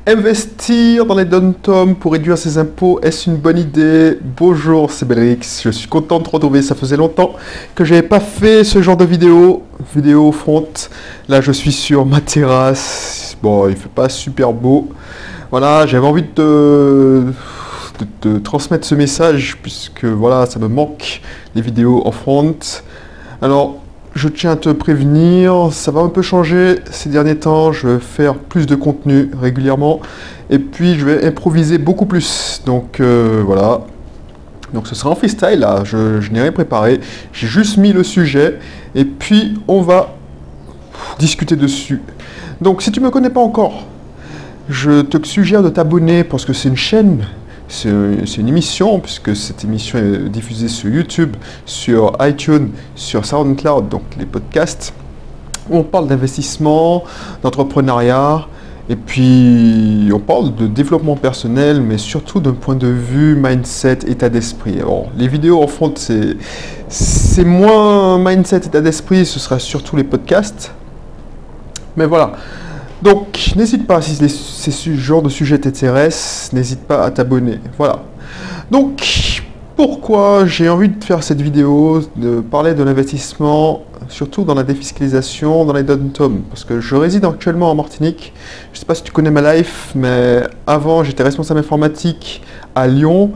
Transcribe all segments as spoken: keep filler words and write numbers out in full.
Investir dans les dom-toms pour réduire ses impôts, est-ce une bonne idée? Bonjour, c'est Belrix, je suis content de te retrouver, ça faisait longtemps que j'avais pas fait ce genre de vidéo, vidéo front. Là je suis sur ma terrasse, bon il fait pas super beau. Voilà, j'avais envie de te, de te transmettre ce message puisque voilà, ça me manque les vidéos en front. Alors, je tiens à te prévenir, ça va un peu changer ces derniers temps, je vais faire plus de contenu régulièrement et puis je vais improviser beaucoup plus, donc euh, voilà. Donc ce sera en freestyle là, je, je n'ai rien préparé, j'ai juste mis le sujet et puis on va discuter dessus. Donc si tu ne me connais pas encore, je te suggère de t'abonner parce que c'est une chaîne. C'est une émission, puisque cette émission est diffusée sur YouTube, sur iTunes, sur SoundCloud, donc les podcasts, où on parle d'investissement, d'entrepreneuriat, et puis on parle de développement personnel, mais surtout d'un point de vue mindset, état d'esprit. Alors, les vidéos en front, c'est, c'est moins mindset, état d'esprit, ce sera surtout les podcasts. Mais voilà. Donc, n'hésite pas, si les, ces genres de sujets t'intéressent, n'hésite pas à t'abonner. Voilà. Donc, pourquoi j'ai envie de faire cette vidéo, de parler de l'investissement, surtout dans la défiscalisation, dans les dom-toms? Parce que je réside actuellement en Martinique. Je ne sais pas si tu connais ma life, mais avant, j'étais responsable informatique à Lyon.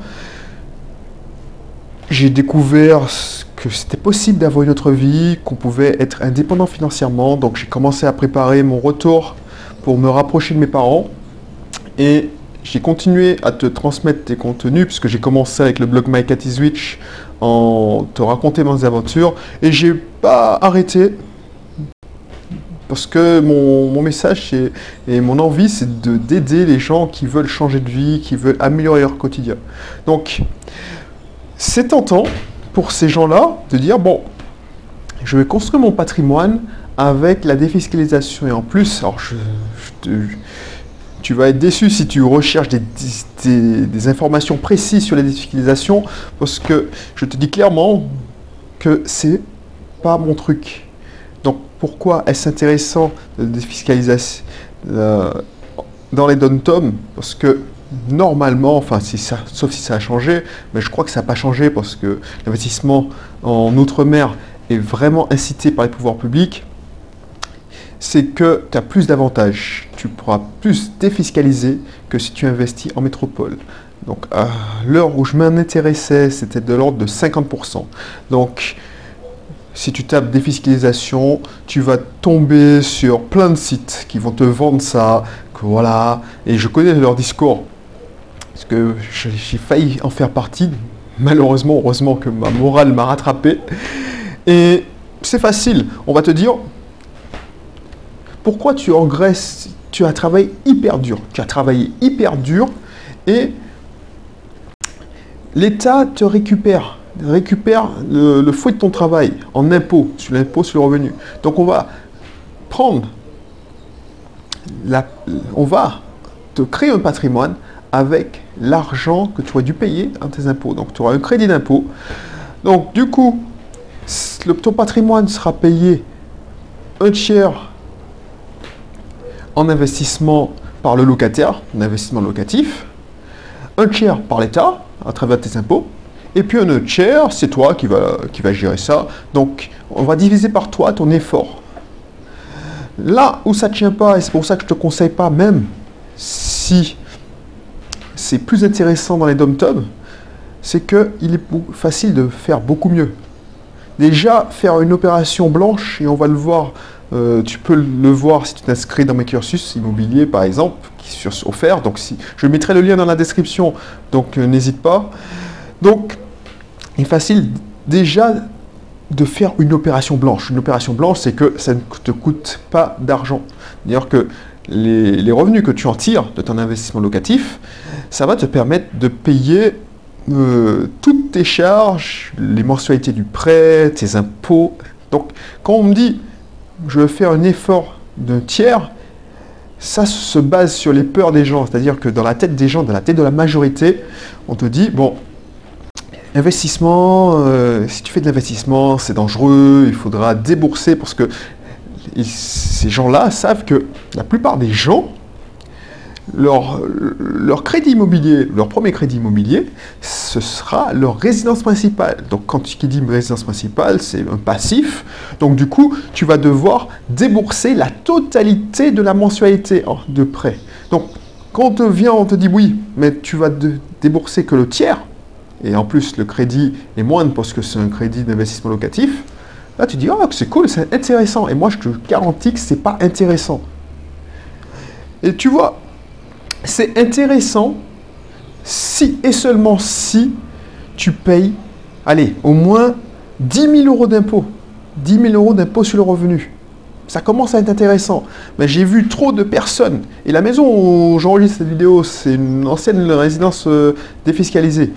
J'ai découvert que c'était possible d'avoir une autre vie, qu'on pouvait être indépendant financièrement. Donc, j'ai commencé à préparer mon retour pour me rapprocher de mes parents et j'ai continué à te transmettre tes contenus puisque j'ai commencé avec le blog My Cat is Rich en te raconter mes aventures et j'ai pas arrêté parce que mon, mon message et, et mon envie c'est de, d'aider les gens qui veulent changer de vie, qui veulent améliorer leur quotidien. Donc c'est tentant pour ces gens-là de dire bon, je vais construire mon patrimoine avec la défiscalisation. Et en plus, alors je, je te, tu vas être déçu si tu recherches des, des, des informations précises sur la défiscalisation, parce que je te dis clairement que c'est pas mon truc. Donc pourquoi est-ce intéressant de défiscaliser euh, dans les dom-toms? Parce que normalement, enfin, si ça, sauf si ça a changé, mais je crois que ça n'a pas changé parce que l'investissement en outre-mer est vraiment incité par les pouvoirs publics. C'est que tu as plus d'avantages. Tu pourras plus défiscaliser que si tu investis en métropole. Donc, à l'heure où je m'en intéressais, c'était de l'ordre de cinquante pour cent. Donc, si tu tapes défiscalisation, tu vas tomber sur plein de sites qui vont te vendre ça, que voilà. Et je connais leur discours, parce que j'ai failli en faire partie. Malheureusement, heureusement que ma morale m'a rattrapé. Et c'est facile. On va te dire... Pourquoi tu engraisses? Tu as travaillé hyper dur. Tu as travaillé hyper dur et l'État te récupère, récupère le, le fruit de ton travail en impôt, sur l'impôt sur le revenu. Donc on va prendre, la, on va te créer un patrimoine avec l'argent que tu aurais dû payer en tes impôts. Donc tu auras un crédit d'impôt. Donc du coup, le, ton patrimoine sera payé un tiers en investissement par le locataire, en investissement locatif, un tiers par l'État, à travers tes impôts, et puis un autre tiers, c'est toi qui va, qui va gérer ça. Donc, on va diviser par toi ton effort. Là où ça ne tient pas, et c'est pour ça que je ne te conseille pas, même si c'est plus intéressant dans les dom-toms, c'est qu'il est facile de faire beaucoup mieux. Déjà, faire une opération blanche, et on va le voir. Euh, tu peux le voir si tu t'inscris dans mes cursus immobiliers par exemple, qui sont offerts. Donc si, je mettrai le lien dans la description, donc euh, n'hésite pas. Donc, il est facile déjà de faire une opération blanche. Une opération blanche, c'est que ça ne te coûte pas d'argent. D'ailleurs que les, les revenus que tu en tires de ton investissement locatif, ça va te permettre de payer euh, toutes tes charges, les mensualités du prêt, tes impôts. Donc, quand on me dit je vais faire un effort d'un tiers, ça se base sur les peurs des gens. C'est-à-dire que dans la tête des gens, dans la tête de la majorité, on te dit, bon, investissement, euh, si tu fais de l'investissement, c'est dangereux, il faudra débourser parce que ces gens-là savent que la plupart des gens leur, leur crédit immobilier, leur premier crédit immobilier, ce sera leur résidence principale. Donc quand tu dis résidence principale, c'est un passif. Donc du coup, tu vas devoir débourser la totalité de la mensualité de prêt. Donc quand on te vient, on te dit oui, mais tu vas de, débourser que le tiers, et en plus le crédit est moindre parce que c'est un crédit d'investissement locatif, là tu dis oh c'est cool, c'est intéressant. Et moi je te garantis que c'est pas intéressant. Et tu vois, c'est intéressant si et seulement si tu payes, allez, au moins dix mille euros d'impôts. dix mille euros d'impôts sur le revenu. Ça commence à être intéressant. Mais j'ai vu trop de personnes. Et la maison où j'enregistre cette vidéo, c'est une ancienne résidence euh, défiscalisée.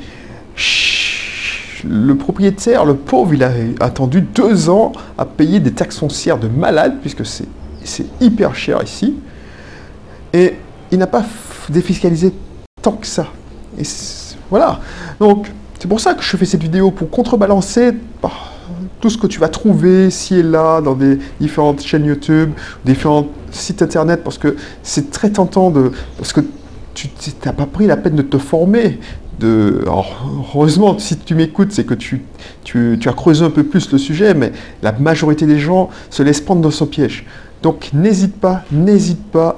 Le propriétaire, le pauvre, il a attendu deux ans à payer des taxes foncières de malade, puisque c'est hyper cher ici. Et il n'a pas défiscalisé tant que ça. Et voilà. Donc, c'est pour ça que je fais cette vidéo, pour contrebalancer par tout ce que tu vas trouver ci et là dans des différentes chaînes YouTube, différents sites internet, parce que c'est très tentant de... Parce que tu n'as pas pris la peine de te former. De, alors, heureusement, si tu m'écoutes, c'est que tu, tu, tu as creusé un peu plus le sujet, mais la majorité des gens se laissent prendre dans son piège. Donc, n'hésite pas, n'hésite pas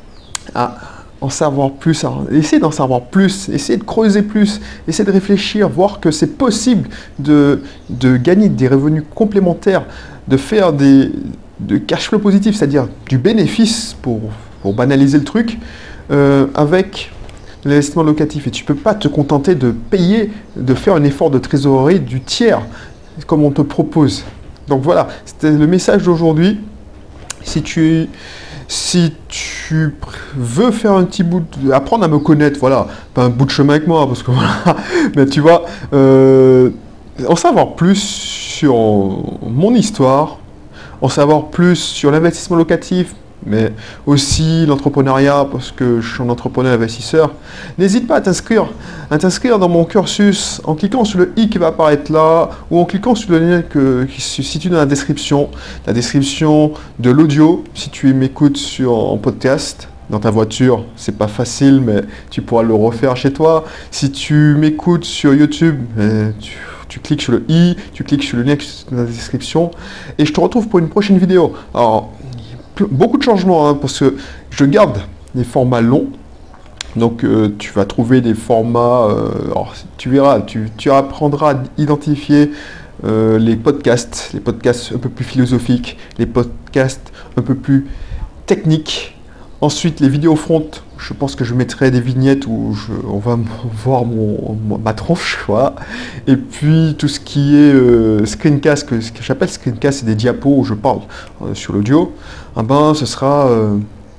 à en savoir plus, à essayer d'en savoir plus, essayer de creuser plus, essayer de réfléchir, voir que c'est possible de, de gagner des revenus complémentaires, de faire des de cash flow positif, c'est-à-dire du bénéfice pour, pour banaliser le truc, euh, avec l'investissement locatif. Et tu ne peux pas te contenter de payer, de faire un effort de trésorerie du tiers, comme on te propose. Donc voilà, c'était le message d'aujourd'hui. Si tu... Si tu veux faire un petit bout, de, apprendre à me connaître, voilà, pas un bout de chemin avec moi, parce que voilà, mais tu vois, euh, en savoir plus sur mon histoire, en savoir plus sur l'investissement locatif, mais aussi l'entrepreneuriat, parce que je suis un entrepreneur investisseur, n'hésite pas à t'inscrire, à t'inscrire dans mon cursus en cliquant sur le i qui va apparaître là, ou en cliquant sur le lien que, qui se situe dans la description, la description de l'audio, si tu m'écoutes sur en podcast. Dans ta voiture, c'est pas facile, mais tu pourras le refaire chez toi. Si tu m'écoutes sur YouTube, tu, tu cliques sur le i, tu cliques sur le lien qui est dans la description, et je te retrouve pour une prochaine vidéo. Alors, beaucoup de changements, hein, parce que je garde des formats longs, donc euh, tu vas trouver des formats, euh, alors, tu verras, tu, tu apprendras à identifier euh, les podcasts, les podcasts un peu plus philosophiques, les podcasts un peu plus techniques. Ensuite, les vidéos front, je pense que je mettrai des vignettes où je, on va voir mon, ma tronche, voilà. Et puis, tout ce qui est euh, screencast, que, ce que j'appelle screencast, c'est des diapos où je parle euh, sur l'audio. Ah ben, ce sera, euh,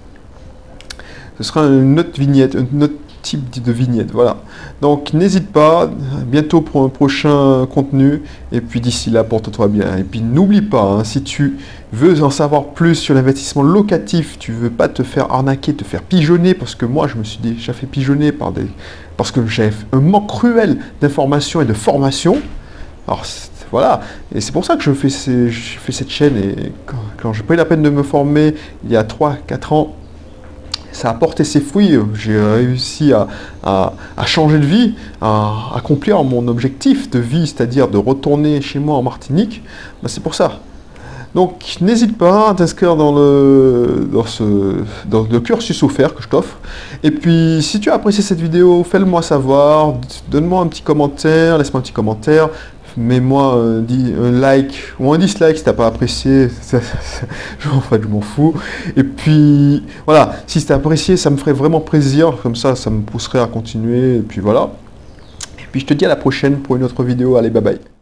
ce sera une autre vignette, un autre type de vignette, voilà. Donc, n'hésite pas, bientôt pour un prochain contenu. Et puis, d'ici là, porte-toi bien. Et puis, n'oublie pas, hein, si tu veux en savoir plus sur l'investissement locatif, tu veux pas te faire arnaquer, te faire pigeonner, parce que moi, je me suis déjà fait pigeonner par des... parce que j'avais un manque cruel d'informations et de formation. Alors, voilà, et c'est pour ça que je fais, ces, je fais cette chaîne, et quand, quand j'ai pris la peine de me former il y a trois quatre ans, ça a porté ses fruits, j'ai réussi à, à, à changer de vie, à accomplir mon objectif de vie, c'est-à-dire de retourner chez moi en Martinique. Ben, c'est pour ça. Donc n'hésite pas à t'inscrire dans le, dans, ce, dans le cursus offert que je t'offre. Et puis si tu as apprécié cette vidéo, fais-le moi savoir, donne-moi un petit commentaire, laisse-moi un petit commentaire, mets-moi un, un like ou un dislike si tu n'as pas apprécié, ça, ça, ça, en fait je m'en fous. Et puis voilà, si tu as apprécié, ça me ferait vraiment plaisir, comme ça ça me pousserait à continuer, et puis voilà. Et puis je te dis à la prochaine pour une autre vidéo, allez bye bye.